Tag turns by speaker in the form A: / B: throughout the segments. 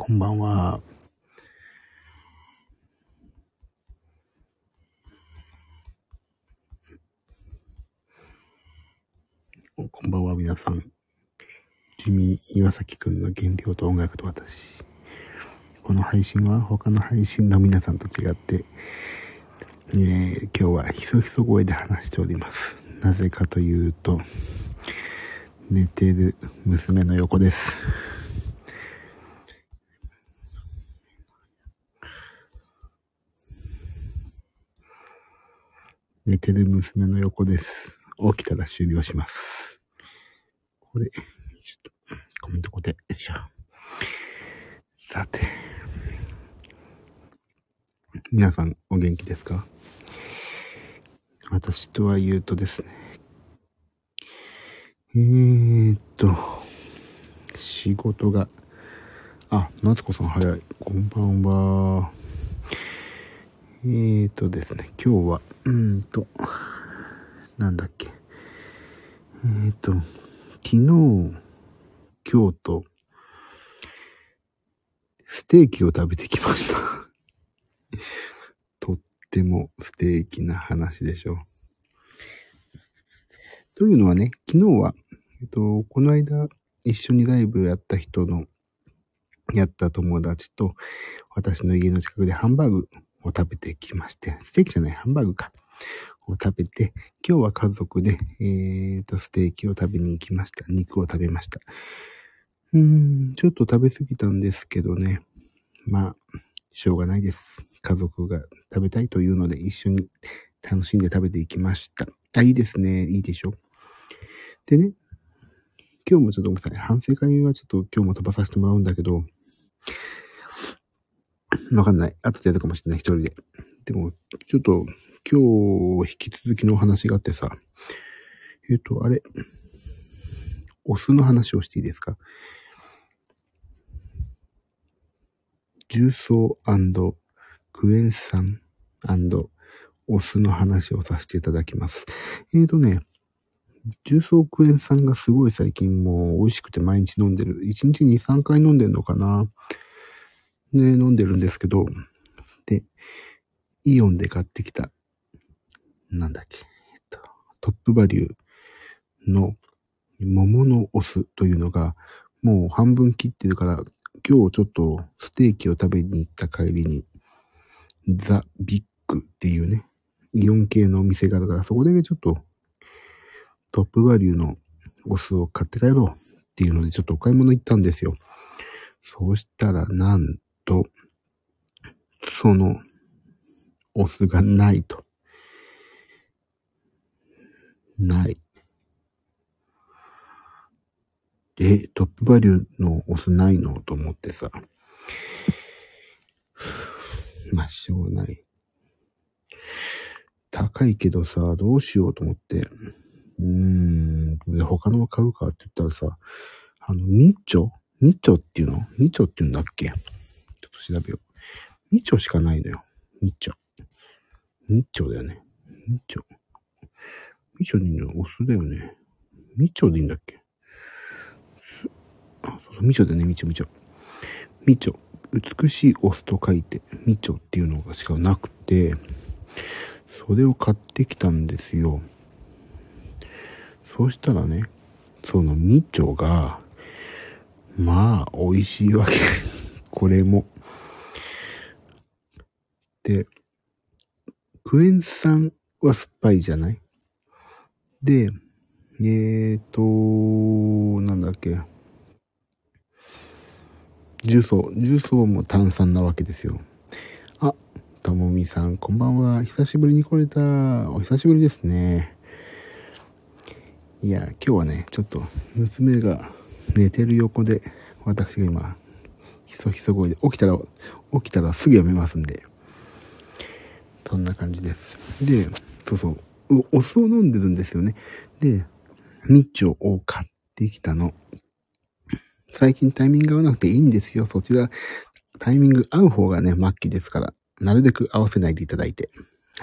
A: こんばんは。こんばんは、皆さん。ジミー岩崎くんの原料と音楽と私。この配信は他の配信の皆さんと違って、今日はひそひそ声で話しております。なぜかというと、寝てる娘の横です。寝てる娘の横です。起きたら終了します。これ、ちょっとコメント固定。よいしょ。さて、皆さんお元気ですか？私とは言うとですね、仕事が、夏子さん早い。こんばんは。ですね、今日は、なんだっけ。昨日、今日と、ステーキを食べてきました。とってもステーキな話でしょう。というのはね、昨日は、この間、一緒にライブやった友達と、私の家の近くでハンバーグを食べてきまして、ステーキじゃない、ハンバーグか。を食べて、今日は家族で、ステーキを食べに行きました。肉を食べました。ちょっと食べ過ぎたんですけどね。まあ、しょうがないです。家族が食べたいというので一緒に楽しんで食べていきました。いいですね。いいでしょ。でね、今日もちょっとごめんなさい。反省会はちょっと今日も飛ばさせてもらうんだけど、わかんない。後でやるかもしれない。一人で。でも、ちょっと今日引き続きのお話があってさ、あれ、お酢の話をしていいですか？重曹クエン酸お酢の話をさせていただきます。重曹クエン酸がすごい最近もう美味しくて毎日飲んでる。1日2、3回飲んでるのかな。ね、飲んでるんですけど、で、イオンで買ってきた、なんだっけ、トップバリューの桃のお酢というのが、もう半分切ってるから、今日ちょっとステーキを食べに行った帰りに、ザ・ビッグっていうね、イオン系のお店があるから、そこでちょっとトップバリューのお酢を買って帰ろうっていうので、ちょっとお買い物行ったんですよ。そうしたら、なんと、そのお酢がないと。ない。トップバリューのお酢ないのと思ってさ。まあ、しょうがない。高いけどさ、どうしようと思って。他の買うかって言ったらさ、ニチョっていうのニチョって言うんだっけ？ちょっと調べよう。ニチョしかないのよ。ニチョだよね。ニチョでいいの？お酢だよね。ニチョでいいんだっけ？そう、ミチョだよね、ミチョ。美しいお酢と書いて、ミチョっていうのがしかなくて、それを買ってきたんですよ。そうしたらね、そのミチョが、まあ、美味しいわけ。これも。で、クエン酸は酸っぱいじゃない？で、なんだっけ。重曹も炭酸なわけですよ。ともみさん、こんばんは。久しぶりに来れた。お久しぶりですね。いや、今日はね、ちょっと、娘が寝てる横で、私が今、ひそひそ声で、起きたらすぐやめますんで。そんな感じです。で、お酢を飲んでるんですよね。で、ミッチョを買ってきたの。最近タイミング合わなくていいんですよ。そちら、タイミング合う方がね、末期ですから、なるべく合わせないでいただいて。はい。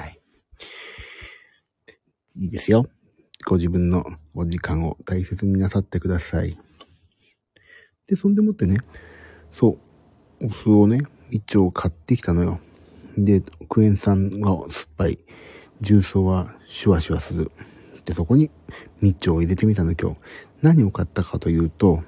A: いいですよ。ご自分のお時間を大切になさってください。で、そんでもってね、そう。 お酢をね、一応買ってきたのよ。で、クエン酸が酸っぱい。重曹はシュワシュワする。で、そこに蜜調を入れてみたの今日。何を買ったかというと、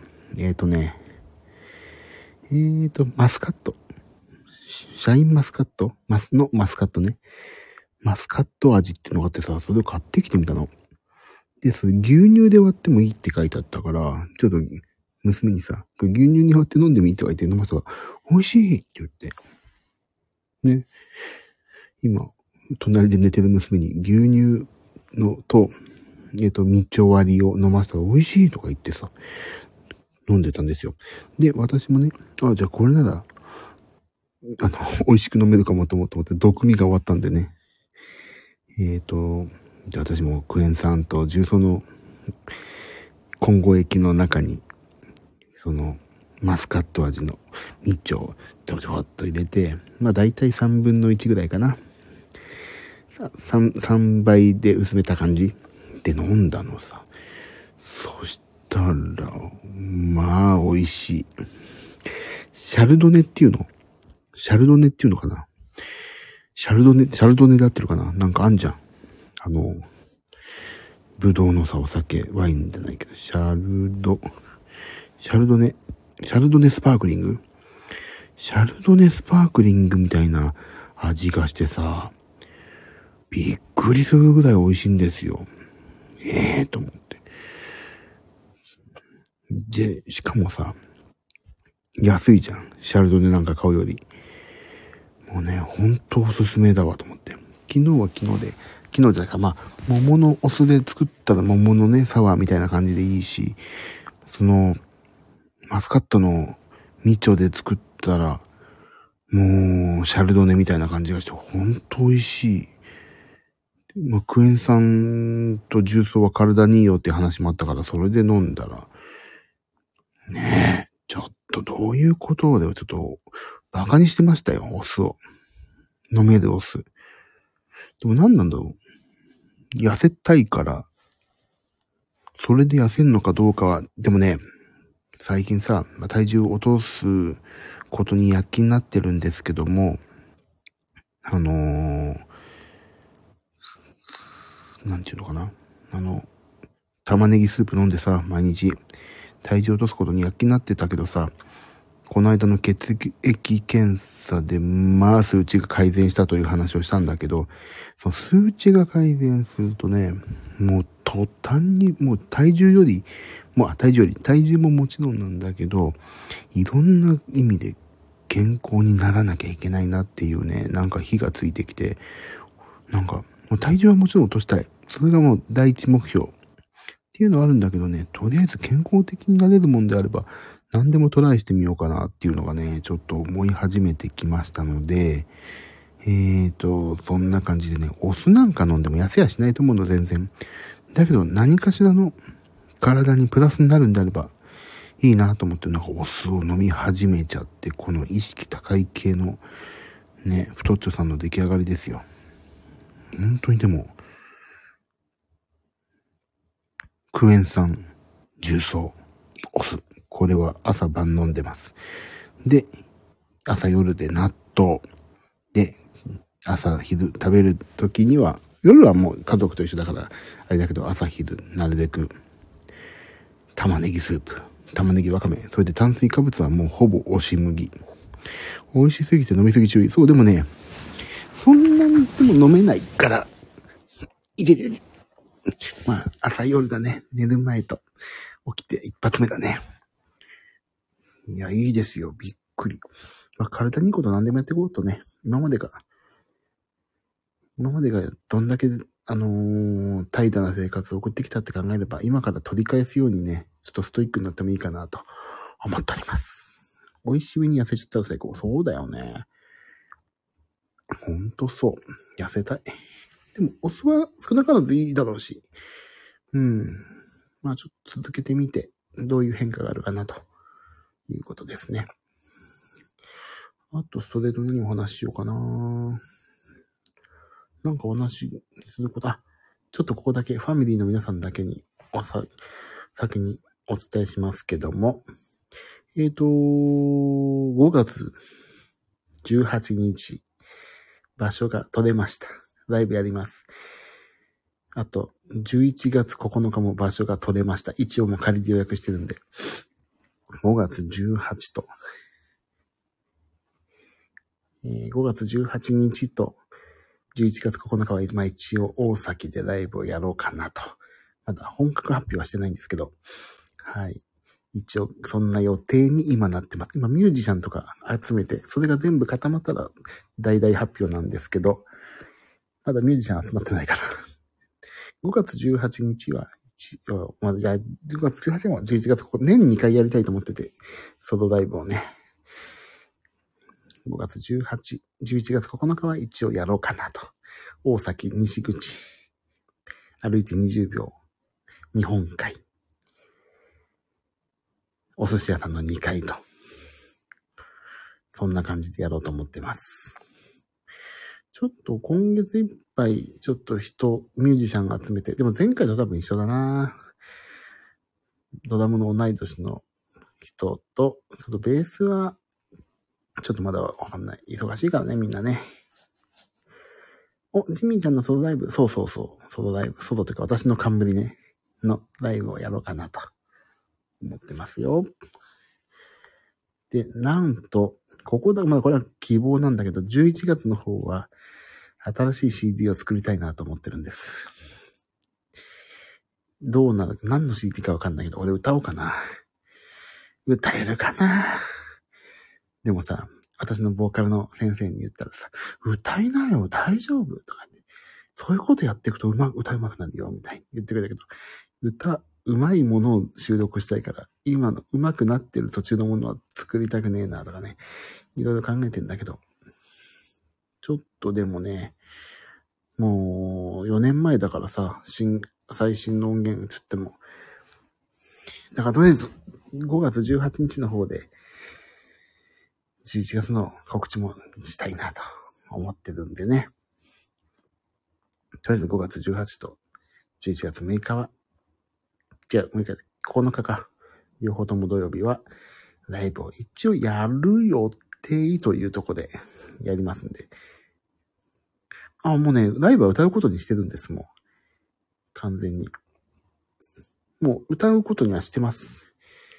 A: マスカット。シャインマスカットマスカットね。マスカット味っていうのがあってさ、それを買ってきてみたの。で、それ牛乳で割ってもいいって書いてあったから、ちょっと娘にさ、牛乳に割って飲んでもいいって言われて飲ませたら、美味しいって言って。ね。今、隣で寝てる娘に牛乳のと、蜜調割りを飲ませたら美味しいとか言ってさ、飲んでたんですよ。で、私もね、じゃあこれなら、美味しく飲めるかもと思って、毒味が終わったんでね。じゃあ私もクエン酸と重曹の混合液の中に、その、マスカット味の蜜調をちょちょっと入れて、まあ大体3分の1ぐらいかな。3倍で薄めた感じで飲んだのさ。そしたら、まあ美味しい。シャルドネっていうのかな。シャルドネで合ってるかな。なんかあんじゃん。ブドウのさ、お酒、ワインじゃないけど、シャルドネスパークリングシャルドネスパークリングみたいな味がしてさ、びっくりするぐらい美味しいんですよ。と思って。で、しかもさ、安いじゃん。シャルドネなんか買うより。もうね、ほんとおすすめだわと思って。昨日は昨日じゃないか、まあ、桃のお酢で作ったら桃のね、サワーみたいな感じでいいし、その、マスカットの蜜調で作ったら、もう、シャルドネみたいな感じがして、ほんと美味しい。まあ、クエン酸と重曹は体にいいよって話もあったから、それで飲んだら、ねえ、ちょっとどういうことで、ちょっと、バカにしてましたよ、お酢を。飲めるお酢。でも何なんだろう。痩せたいから、それで痩せんのかどうかは、でもね、最近さ、体重を落とすことに躍起になってるんですけども、なんていうのかな。玉ねぎスープ飲んでさ、毎日、体重落とすことに躍起になってたけどさ、この間の血液検査で、まあ、数値が改善したという話をしたんだけど、その数値が改善するとね、もう途端に、もう体重ももちろんなんだけど、いろんな意味で健康にならなきゃいけないなっていうね、なんか火がついてきて、なんか、もう体重はもちろん落としたい。それがもう第一目標。っていうのはあるんだけどね、とりあえず健康的になれるもんであれば、何でもトライしてみようかなっていうのがね、ちょっと思い始めてきましたので、そんな感じでね、お酢なんか飲んでも痩せやしないと思うの、全然。だけど、何かしらの体にプラスになるんであれば、いいなと思って、なんかお酢を飲み始めちゃって、この意識高い系の、ね、太っちょさんの出来上がりですよ。本当にでも、クエン酸、重曹、お酢。これは朝晩飲んでます。で、朝夜で納豆。で、朝昼食べる時には、夜はもう家族と一緒だから、あれだけど朝昼なるべく玉ねぎスープ。玉ねぎわかめ。それで炭水化物はもうほぼ押し麦。美味しすぎて飲みすぎ注意。そう、でもね、そんなにでも飲めないから、いてて。まあ、朝夜だね。寝る前と起きて一発目だね。いや、いいですよ。びっくり。まあ、体にいいこと何でもやっていこうとね。今までがどんだけ、怠惰な生活を送ってきたって考えれば、今から取り返すようにね、ちょっとストイックになってもいいかなと思っております。美味しい上に痩せちゃったら最高。そうだよね。ほんとそう。痩せたい。でも、お酢は少なからずいいだろうし。まあちょっと続けてみて、どういう変化があるかなということですね。あと、それと何お話ししようかな。なんかお話しすること、ちょっとここだけ、ファミリーの皆さんだけに、先にお伝えしますけども、 5月18日、場所が取れました。ライブやります。あと、11月9日も場所が取れました。一応もう仮で予約してるんで。5月18と、5月18日と11月9日は今一応大崎でライブをやろうかなと。まだ本格発表はしてないんですけど、はい。一応そんな予定に今なってます。今ミュージシャンとか集めて、それが全部固まったら大々発表なんですけど、まだミュージシャン集まってないから。5月18日は、まだじゃあ、5月18日も11月年2回やりたいと思ってて、ソロライブをね。5月18、11月9日は一応やろうかなと。大崎西口。歩いて20秒。日本海。お寿司屋さんの2階と。そんな感じでやろうと思ってます。ちょっと今月いっぱい、ちょっとミュージシャンが集めて、でも前回と多分一緒だな。ドラムの同い年の人と、ちょっとベースは、ちょっとまだわかんない。忙しいからね、みんなね。ジミーちゃんのソロライブ、そう。ソロライブ、ソロというか私の冠ね、のライブをやろうかなと思ってますよ。で、なんと、まだこれは希望なんだけど、11月の方は、新しい CD を作りたいなと思ってるんです。どうなるか、何の CD かわかんないけど、俺歌おうかな。歌えるかな。でもさ、私のボーカルの先生に言ったらさ、歌いなよ、大丈夫とかって、そういうことやっていくと歌うまくなるよ、みたいに言ってくれたけど、うまいものを収録したいから、今のうまくなってる途中のものは作りたくねえなとかね、いろいろ考えてんだけど、ちょっとでもね、もう4年前だからさ、最新の音源って言っても、だからとりあえず5月18日の方で、11月の告知もしたいなと思ってるんでね。とりあえず5月18と11月6日は、6日、9日か。両方とも土曜日は、ライブを一応やる予定というとこでやりますんで。もうね、ライブは歌うことにしてるんです、もう。完全に。もう歌うことにはしてます。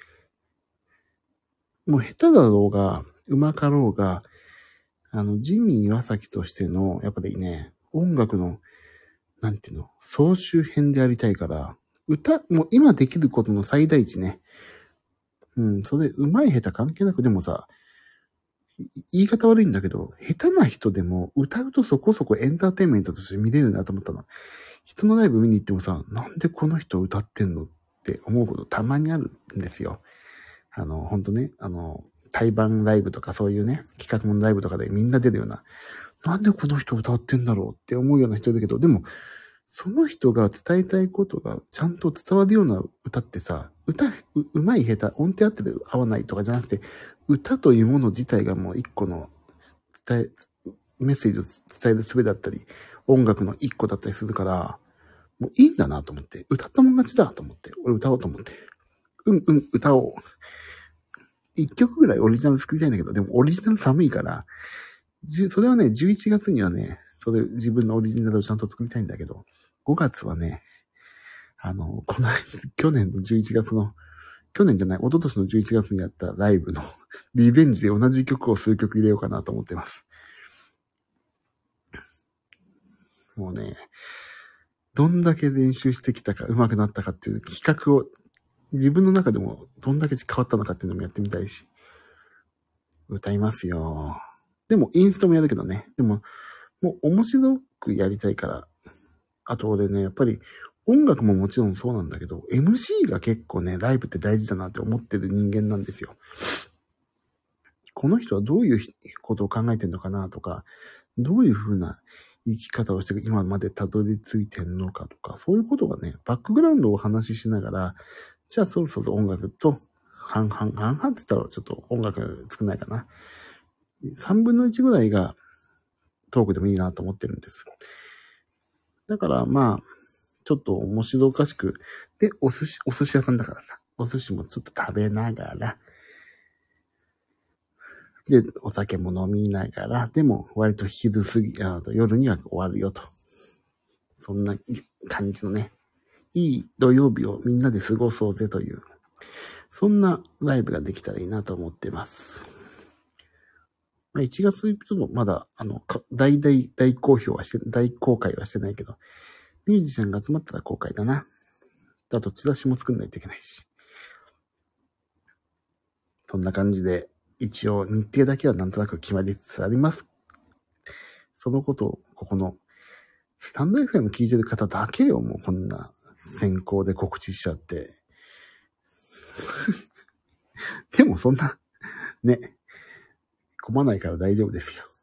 A: もう下手だろうが、上手かろうが、ジミー岩崎としての、やっぱりね、音楽の、なんていうの、総集編でありたいから、もう今できることの最大値ね。それ、上手い下手関係なく、でもさ、言い方悪いんだけど、下手な人でも歌うとそこそこエンターテインメントとして見れるなと思ったの。人のライブ見に行ってもさ、なんでこの人歌ってんのって思うことたまにあるんですよ。ほんとね、対バンライブとかそういうね、企画ものライブとかでみんな出るような、なんでこの人歌ってんだろうって思うような人だけど、でも、その人が伝えたいことがちゃんと伝わるような歌ってさ、うまい下手、音程合ってる合わないとかじゃなくて、歌というもの自体がもう一個のメッセージを伝える術だったり、音楽の一個だったりするから、もういいんだなと思って、歌ったもん勝ちだと思って、俺歌おうと思って。歌おう。一曲ぐらいオリジナル作りたいんだけど、でもオリジナル寒いから、それはね、11月にはね、自分のオリジナルをちゃんと作りたいんだけど、5月はね、去年の11月の、去年じゃない、一昨年の11月にやったライブのリベンジで同じ曲を数曲入れようかなと思ってます。もうね、どんだけ練習してきたか、上手くなったかっていう企画を、自分の中でもどんだけ変わったのかっていうのもやってみたいし、歌いますよ。でも、インストもやるけどね。でも、もう面白くやりたいから。あと俺ね、やっぱり音楽ももちろんそうなんだけど、MC が結構ね、ライブって大事だなって思ってる人間なんですよ。この人はどういうことを考えてんのかなとか、どういう風な生き方をして今までたどり着いてんのかとか、そういうことがね、バックグラウンドをお話ししながら、じゃあそろそろ音楽と半々って言ったらちょっと音楽少ないかな。3分の1ぐらいがトークでもいいなと思ってるんです。だからまあ、ちょっと面白おかしく、で、お寿司屋さんだからさ、お寿司もちょっと食べながら、 で、お酒も飲みながら、でも割と昼過ぎ、夜には終わるよと。そんな感じのね、いい土曜日をみんなで過ごそうぜという、そんなライブができたらいいなと思ってます。1月ちょっとまだ、大公開はしてないけど、ミュージシャンが集まったら公開だな。あと、チラシも作んないといけないし。そんな感じで、一応日程だけはなんとなく決まりつつあります。そのことを、ここの、スタンド FM 聞いてる方だけよ、もうこんな先行で告知しちゃって。でもそんな、ね、混まないから大丈夫ですよ。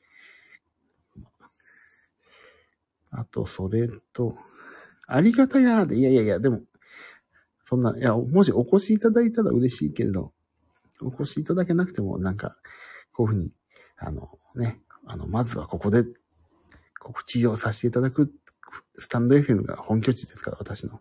A: あと、それと、ありがたやで、いや、でも、そんな、もしお越しいただいたら嬉しいけれど、お越しいただけなくても、なんか、こういうふうに、まずはここで告知をさせていただく、スタンド FM が本拠地ですから、私の。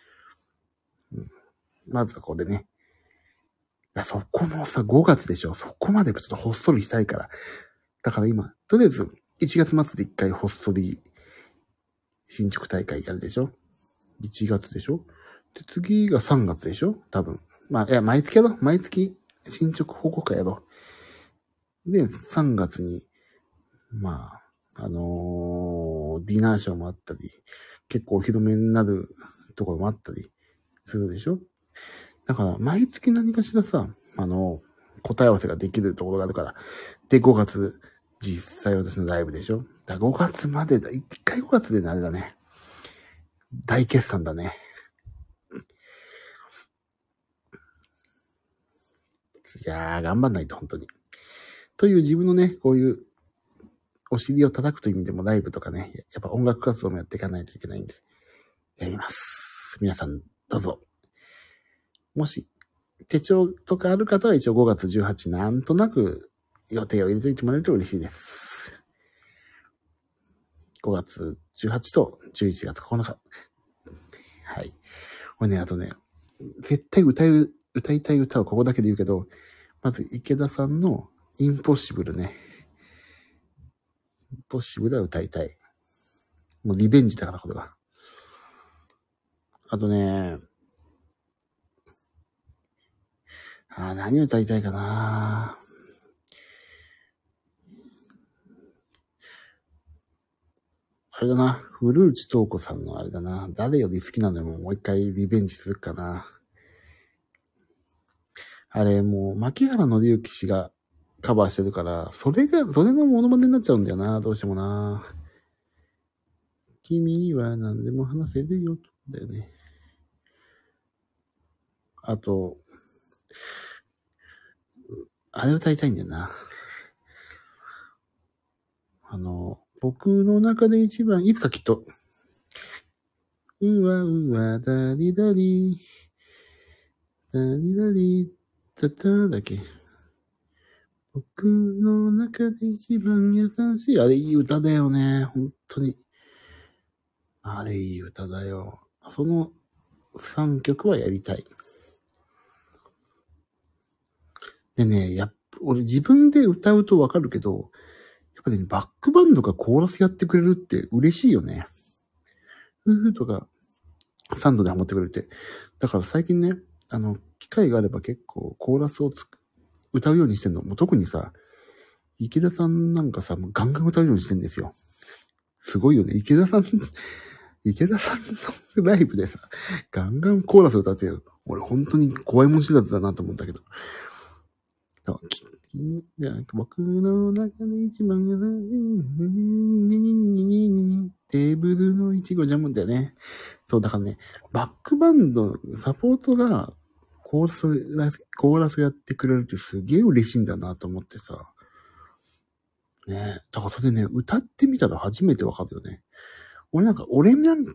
A: まずはここでね。そこもさ、5月でしょ。そこまでちょっとほっそりしたいから。だから今、とりあえず、1月末で1回ほっそり、新宿大会やるでしょ。1月でしょ。で、次が3月でしょ多分。毎月やろ。毎月、進捗報告会やろ。で、3月に、ディナーショーもあったり、結構お披露目になるところもあったりするでしょ。だから、毎月何かしらさ、答え合わせができるところがあるから。で、5月、実際私のライブでしょ。だから5月までだ。1回5月であれだね。大決算だね。いやー、頑張んないと、本当に。という自分のね、こういう、お尻を叩くという意味でもライブとかね、やっぱ音楽活動もやっていかないといけないんで、やります。皆さん、どうぞ。もし、手帳とかある方は一応5月18なんとなく予定を入れといてもらえると嬉しいです。5月18と11月9日。はい。これね、あとね、絶対歌いたい歌をここだけで言うけど、まず池田さんのインポッシブルね。インポッシブルは歌いたい。もうリベンジだから、これは。あとね、何歌いたいかな。あれだな。古内東子さんのあれだな。誰より好きなのよ。もう一回リベンジするかな。あれ、もう、牧原紀之氏がカバーしてるから、それのモノマネになっちゃうんだよな。どうしてもな。君には何でも話せるよ。だよね。あと、あれ歌いたいんだよな。僕の中で一番、いつかきっと、うわうわだりだり、だりだり、だっただけ。僕の中で一番優しい。あれいい歌だよね。本当に。あれいい歌だよ。その3曲はやりたい。でね、俺自分で歌うとわかるけど、やっぱね、バックバンドがコーラスやってくれるって嬉しいよね。とか、サンドでハモってくれて。だから最近ね、機会があれば結構コーラスを歌うようにしてんの。もう特にさ、池田さんなんかさ、もうガンガン歌うようにしてんですよ。すごいよね。池田さんのライブでさ、ガンガンコーラス歌ってよ。俺本当に怖いもん知らずだなと思ったけど。僕の中で一番優しいテーブルのいちごジャムだよね。そう、だからね、バックバンド、サポートがコーラスやってくれるってすげえ嬉しいんだなと思ってさ。ね、だからそれね、歌ってみたら初めてわかるよね。俺なん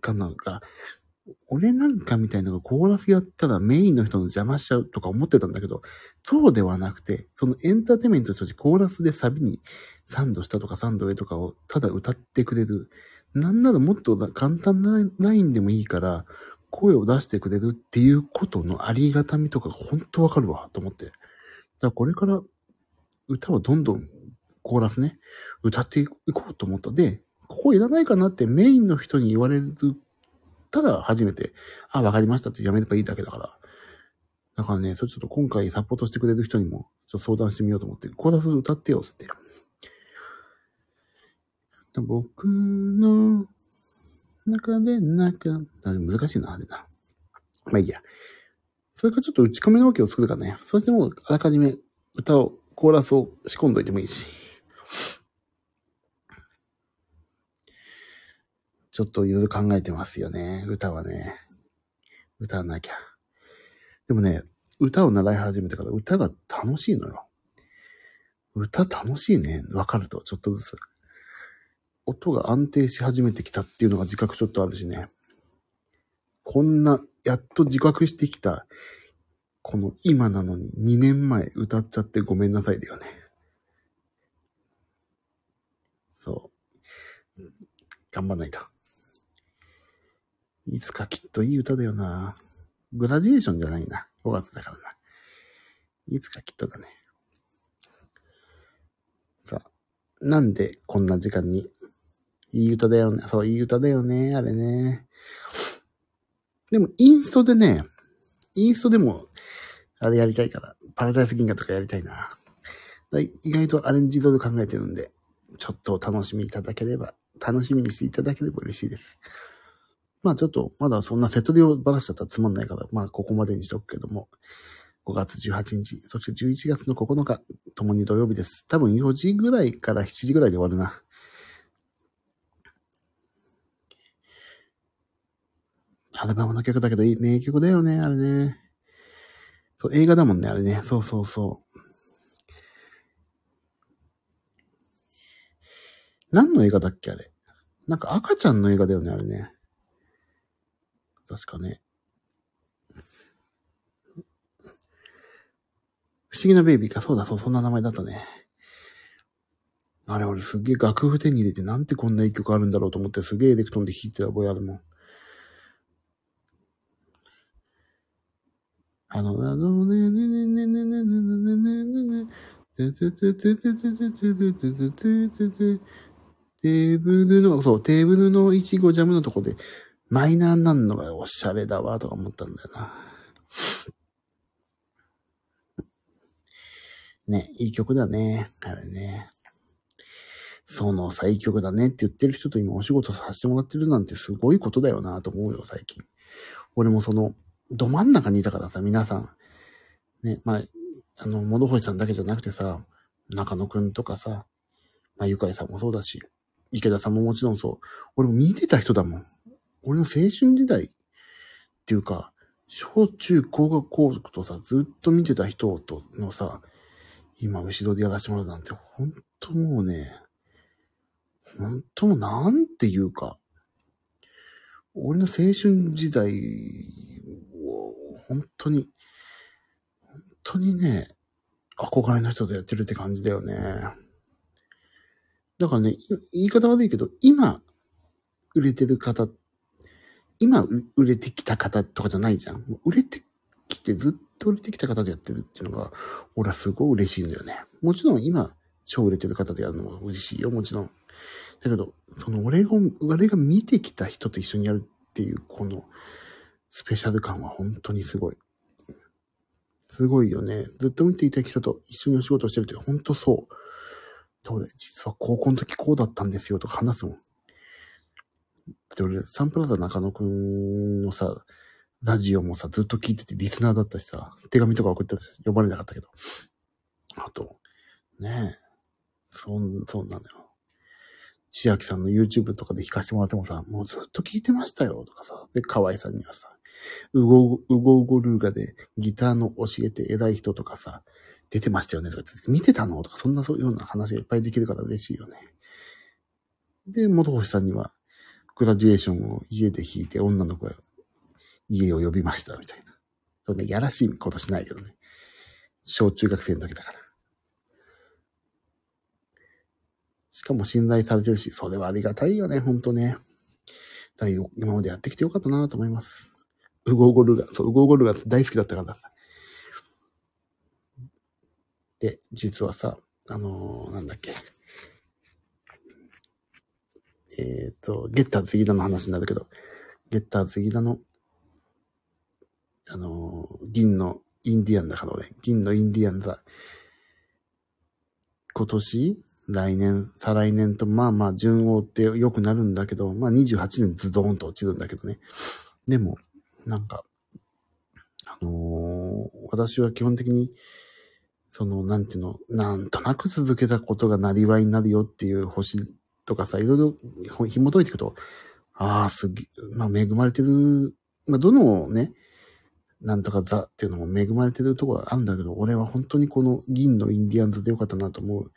A: かみたいなのがコーラスやったらメインの人の邪魔しちゃうとか思ってたんだけど、そうではなくて、そのエンターテイメントとしてコーラスでサビにサンド下とかサンド上とかをただ歌ってくれる。なんならもっと簡単なラインでもいいから、声を出してくれるっていうことのありがたみとか本当わかるわ、と思って。だからこれから歌をどんどんコーラスね、歌っていこうと思った。で、ここいらないかなってメインの人に言われたら初めて、あ、わかりましたってやめればいいだけだから。だからね、それちょっと今回サポートしてくれる人にもちょっと相談してみようと思って、コーラス歌ってよって。僕の中で難しいな、あれな。まあいいや。それからちょっと打ち込みのわけを作るからね。そしてもうあらかじめ歌を、コーラスを仕込んどいてもいいし。ちょっといろいろ考えてますよね。歌はね。歌わなきゃ。でもね、歌を習い始めてから歌が楽しいのよ。歌楽しいね。わかると、ちょっとずつ。音が安定し始めてきたっていうのが自覚ちょっとあるしね。こんな、やっと自覚してきた、この今なのに2年前歌っちゃってごめんなさいだよね。そう。頑張んないと。いつかきっといい歌だよな。グラデュエーションじゃないな。5月だからな。いつかきっとだね。さあ。なんでこんな時間に。いい歌だよね。そう、いい歌だよね。あれね。でも、インストでも、あれやりたいから。パラダイス銀河とかやりたいな。意外とアレンジ度で考えてるんで、ちょっとお楽しみにしていただければ嬉しいです。まあちょっと、まだそんなセットでばらしちゃったらつまんないから、まあここまでにしとくけども、5月18日、そして11月の9日、ともに土曜日です。多分4時ぐらいから7時ぐらいで終わるな。アルバムの曲だけどいい名曲だよね、あれね。そう、映画だもんね、あれね。そうそうそう。何の映画だっけ、あれ。なんか赤ちゃんの映画だよね、あれね。確かね。不思議なベイビーか。そうだ、そう、そんな名前だったね。あれ、俺すっげえ楽譜手に入れてなんてこんないい曲あるんだろうと思ってすげえエレクトーンで弾いてた覚えあるもん。ねねねねねねねねねねねねててててててててててててテーブルの、そう、テーブルのイチゴジャムのとこでマイナーになるのがおしゃれだわとか思ったんだよな。ね、いい曲だね。あれね。そのさ、いい曲だねって言ってる人と今お仕事させてもらってるなんてすごいことだよなと思うよ、最近。俺もその、ど真ん中にいたからさ、皆さん。ね、まあ、諸星さんだけじゃなくてさ、中野くんとかさ、まあ、ゆかいさんもそうだし、池田さんももちろんそう。俺も見てた人だもん。俺の青春時代っていうか、小中高学校とさ、ずっと見てた人とのさ、今後ろでやらせてもらうなんて、ほんともうね、ほんともうなんていうか、俺の青春時代を、本当にね、憧れの人とやってるって感じだよね。だからね、言い方悪いけど、今、売れてる方、今売れてきた方とかじゃないじゃん。もう売れてきて、ずっと売れてきた方でやってるっていうのが、俺はすごい嬉しいんだよね。もちろん今、超売れてる方でやるのも嬉しいよ、もちろん。だけど、その俺が見てきた人と一緒にやるっていう、この、スペシャル感は本当にすごい。すごいよね。ずっと見ていた人と一緒にお仕事をしてるって本当そう。俺、実は高校の時こうだったんですよとか話すもん。だって俺、サンプラザ中野くんのさ、ラジオもさ、ずっと聞いててリスナーだったしさ、手紙とか送ってたし、呼ばれなかったけど。あと、ねえ、そうなのよ。千秋さんの YouTube とかで聞かせてもらってもさ、もうずっと聞いてましたよとかさ、で、河合さんにはさ、ウゴウゴルーガでギターの教えて偉い人とかさ、出てましたよねとか、見てたのとか、そんなそういうような話がいっぱいできるから嬉しいよね。で、元星さんには、グラデュエーションを家で弾いて女の子が家を呼びましたみたいな。そんなやらしいことしないけどね。小中学生の時だから。しかも信頼されてるし、それはありがたいよね、ほんとね。今までやってきてよかったなと思います。ウゴウゴルガ大好きだったからさ。で、実はさ、 なんだっけ。ゲッターズ飯田の話になるけど、ゲッターズ飯田の、銀のインディアンだから俺、銀のインディアンだ。今年来年、再来年と、まあまあ、順を追って良くなるんだけど、まあ28年ズドーンと落ちるんだけどね。でも、なんか、私は基本的に、なんていうの、なんとなく続けたことがなりわいになるよっていう星とかさ、いろいろ紐解いていくと、ああ、すげえ、まあ恵まれてる、まあどのね、なんとか座っていうのも恵まれてるところはあるんだけど、俺は本当にこの銀のインディアンズでよかったなと思う、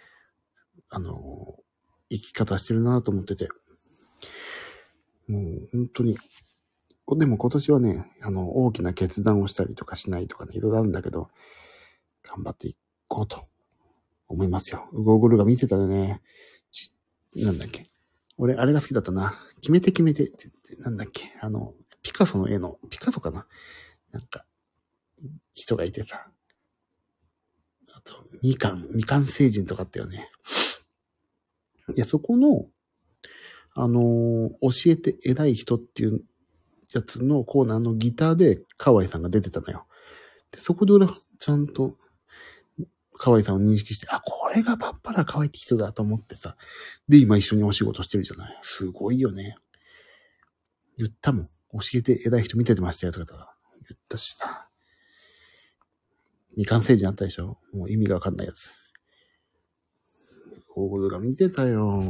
A: 生き方してるなと思ってて。もう本当に、でも今年はね、大きな決断をしたりとかしないとかね、いろいろあるんだけど、頑張っていこうと思いますよ。ゴーグルが見てたよね。なんだっけ。俺、あれが好きだったな。決めて決めてって言って、なんだっけ。ピカソの絵の、ピカソかななんか、人がいてさ。あと、未完成人とかあったよね。いや、そこの、教えて偉い人っていうやつのコーナーのギターで河合さんが出てたのよ。で、そこで俺、ちゃんと、河合さんを認識して、あ、これがパッパラ河合って人だと思ってさ。で、今一緒にお仕事してるじゃない。すごいよね。言ったもん。教えて偉い人見ててましたよとか言ったしさ。未完成人あったでしょ？もう意味がわかんないやつ。ゴーグルが見てたよ。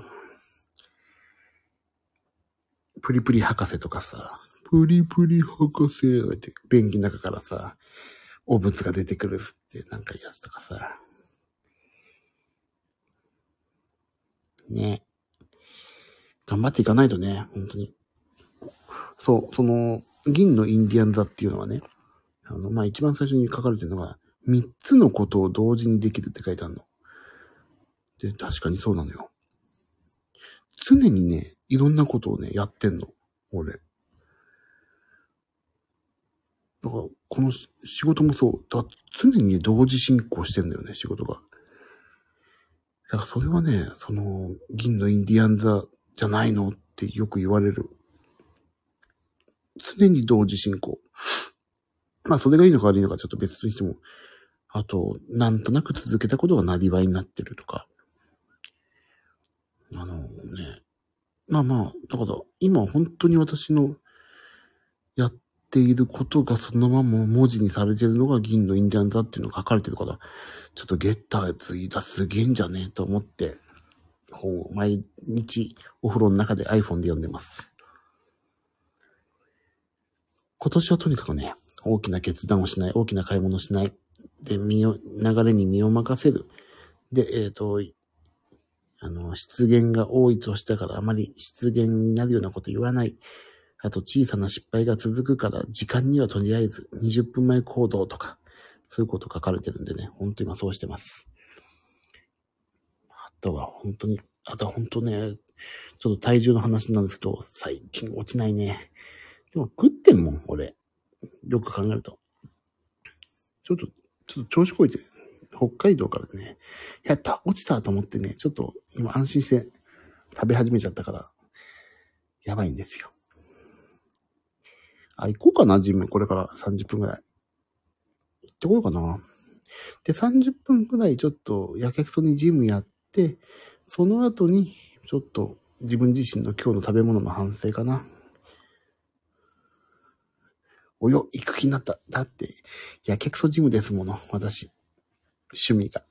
A: プリプリ博士とかさ。プリプリ博士って、便器の中からさ、汚物が出てくるってなんかやつとかさ。ね。頑張っていかないとね、本当に。そう、銀のインディアン座っていうのはね、まあ、一番最初に書かれてるのが、3つのことを同時にできるって書いてあるの。で、確かにそうなのよ。常にね、いろんなことをね、やってんの。俺。だから、この仕事もそう。常にね、同時進行してんだよね、仕事が。だからそれはね、銀のインディアン座じゃないのってよく言われる。常に同時進行。まあ、それがいいのか悪いのかちょっと別にしても。あと、なんとなく続けたことがなりわいになってるとか。ね。まあまあ、だから、今本当に私のやっていることがそのまま文字にされてるのが銀のインディアン座っていうのが書かれてるから、ちょっとゲッターズイダすげえんじゃねえと思って、毎日お風呂の中で iPhone で読んでます。今年はとにかくね、大きな決断をしない、大きな買い物をしない。で、流れに身を任せる。で、失言が多いとしたからあまり失言になるようなこと言わない。あと小さな失敗が続くから時間にはとりあえず20分前行動とか、そういうこと書かれてるんでね、本当に今そうしてます。あとは本当ね、ちょっと体重の話なんですけど、最近落ちないね。でも食ってんもん、俺。よく考えると。ちょっと調子こいて、北海道からね、やった、落ちたと思ってね、ちょっと今安心して食べ始めちゃったから、やばいんですよ。行こうかな、ジム。これから30分ぐらい。行ってこようかな。で、30分ぐらいちょっとやけくそにジムやって、その後に、ちょっと自分自身の今日の食べ物の反省かな。行く気になった。だって、やけくそジムですもの、私。趣味が。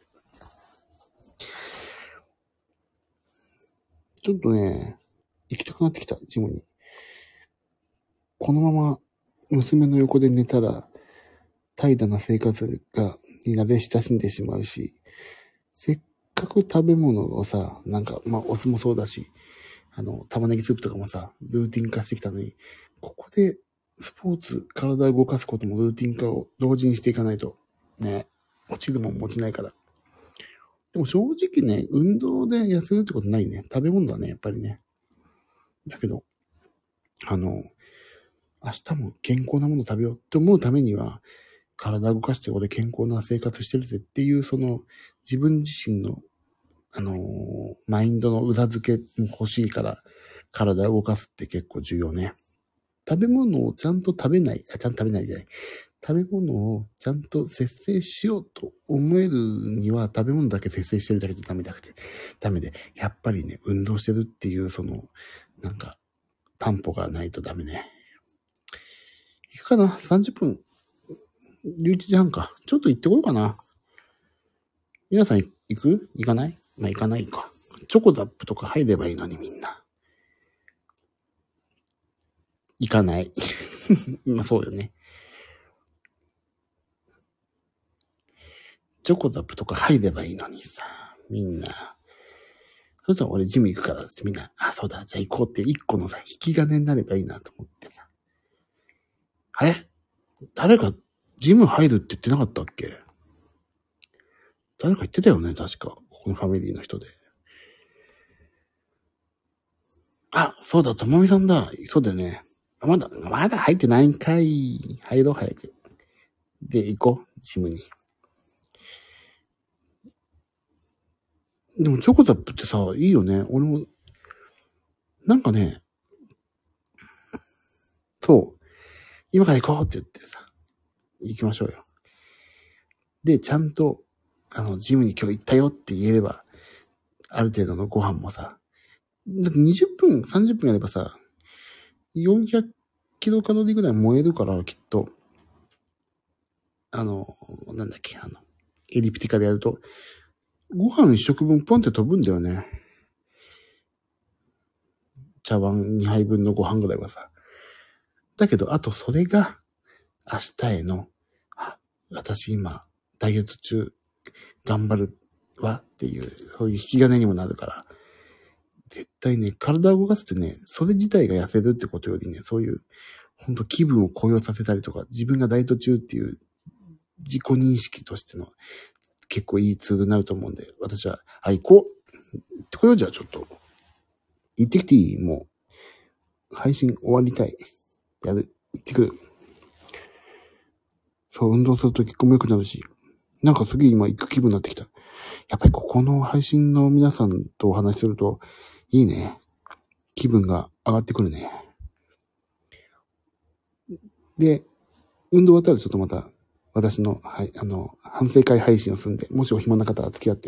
A: ちょっとね、行きたくなってきた、ジムに。このまま娘の横で寝たら、怠惰な生活に慣れ親しんでしまうし、せっかく食べ物をさ、なんか、まあ、お酢もそうだし、玉ねぎスープとかもさ、ルーティン化してきたのに、ここでスポーツ、体を動かすこともルーティン化を同時にしていかないと、ね、落ちるもん持ちないから。でも正直ね、運動で痩せるってことないね。食べ物だね、やっぱりね。だけど、明日も健康なもの食べようって思うためには、 体動かして俺健康な生活してるぜっていう、その自分自身の、マインドの裏付けも欲しいから、体を動かすって結構重要ね。食べ物をちゃんと食べない、ちゃんと食べないじゃない。食べ物をちゃんと節制しようと思えるには、食べ物だけ節制してるだけじゃダメで、やっぱりね、運動してるっていう、その、なんか、担保がないとダメね。行くかな ?30 分。11時半か。ちょっと行ってこようかな。皆さん行く？行かない？まあ行かないか。チョコザップとか入ればいいのにみんな。行かない。まあそうよね。チョコザップとか入ればいいのにさ、みんな。そしたら俺ジム行くからってみんな、あ、そうだ、じゃあ行こうって一個のさ、引き金になればいいなと思ってさ。あれ？誰かジム入るって言ってなかったっけ？誰か言ってたよね、確か。ここのファミリーの人で。あ、そうだ、ともみさんだ。そうだよね。まだ入ってないんかい。入ろう、早く。で、行こう、ジムに。でも、チョコザップってさ、いいよね。俺も、なんかね、そう。今から行こうって言ってさ、行きましょうよ。で、ちゃんと、ジムに今日行ったよって言えれば、ある程度のご飯もさ、だって20分、30分やればさ、400キロカロリーぐらい燃えるから、きっと。なんだっけ、エリプティカでやると、ご飯一食分ポンって飛ぶんだよね。茶碗2杯分のご飯ぐらいはさ。だけど、あとそれが、明日への、私今、ダイエット中、頑張るわっていう、そういう引き金にもなるから、絶対ね、体を動かすってね、それ自体が痩せるってことよりね、そういう、ほんと気分を高揚させたりとか、自分がダイエット中っていう自己認識としての結構いいツールになると思うんで、私は、行こうってこよう。じゃあちょっと、行ってきていい？もう、配信終わりたい。行ってくる。そう、運動すると結構良くなるし、なんかすげえ今行く気分になってきた。やっぱりここの配信の皆さんとお話しすると、いいね。気分が上がってくるね。で、運動終わったらちょっとまた、私の、反省会配信をするんで、もしお暇な方は付き合って。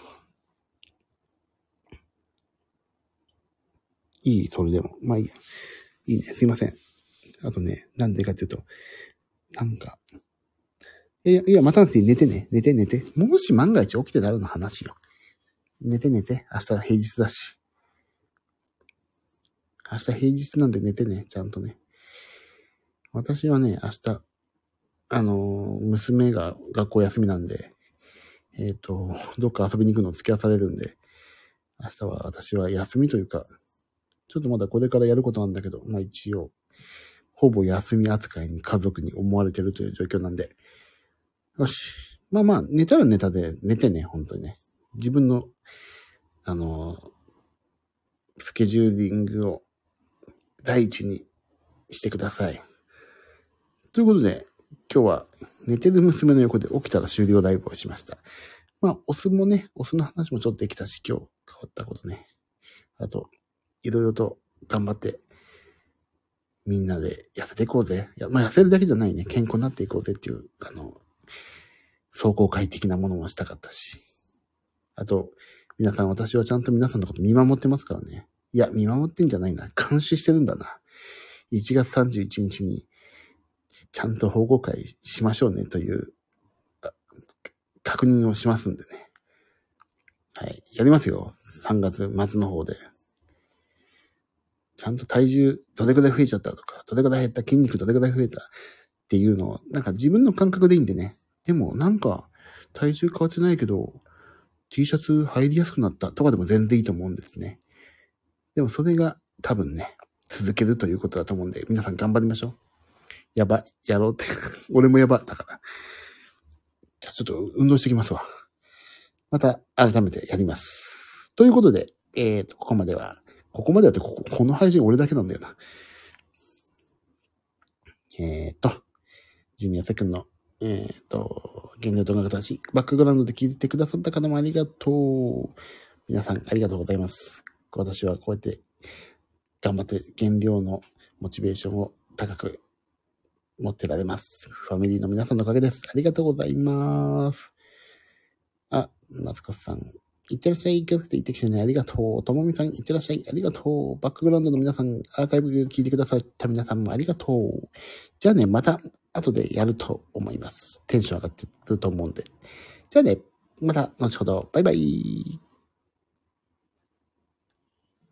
A: いい？それでも。まあいいや。いいね。すいません。あとね、なんでかっていうと、なんか、いや、また寝てね。寝て。もし万が一起きてたらの話よ。寝て。明日平日だし。明日平日なんで寝てね。ちゃんとね。私はね、明日、娘が学校休みなんで、どっか遊びに行くの付き合わされるんで、明日は私は休みというか、ちょっとまだこれからやることなんだけど、まあ一応、ほぼ休み扱いに家族に思われてるという状況なんで、よし。まあ、寝たら寝たで寝てね、本当にね。自分の、スケジューリングを第一にしてください。ということで、今日は寝てる娘の横で起きたら終了ライブをしました。まあ、オスの話もちょっとできたし、今日変わったことね。あと、いろいろと頑張って、みんなで痩せていこうぜ。いや、まあ痩せるだけじゃないね。健康になっていこうぜっていう、壮行会的なものもしたかったし。あと、皆さん、私はちゃんと皆さんのこと見守ってますからね。いや、見守ってんじゃないな。監視してるんだな。1月31日に、ちゃんと報告会しましょうねという、確認をしますんでね。はい。やりますよ。3月末の方で。ちゃんと体重どれくらい増えちゃったとか、どれくらい減った、筋肉どれくらい増えたっていうのを、なんか自分の感覚でいいんでね。でもなんか、体重変わってないけど、T シャツ入りやすくなったとかでも全然いいと思うんですね。でもそれが多分ね、続けるということだと思うんで、皆さん頑張りましょう。やろうって。俺もだから。じゃあちょっと運動してきますわ。また改めてやります。ということで、ここまではってこの配信俺だけなんだよな。ジミヤセ君の原料動画形し、バックグラウンドで聞いてくださった方もありがとう。皆さんありがとうございます。私はこうやって頑張って原料のモチベーションを高く持ってられます。ファミリーの皆さんのおかげです。ありがとうございます。あ、夏子さん。いってらっしゃい。気をつけて行ってきてね。ありがとう。ともみさん、いってらっしゃい。ありがとう。バックグラウンドの皆さん、アーカイブ聞いてくださった皆さんもありがとう。じゃあね、また後でやると思います。テンション上がってると思うんで。じゃあね、また後ほど。バイバイ。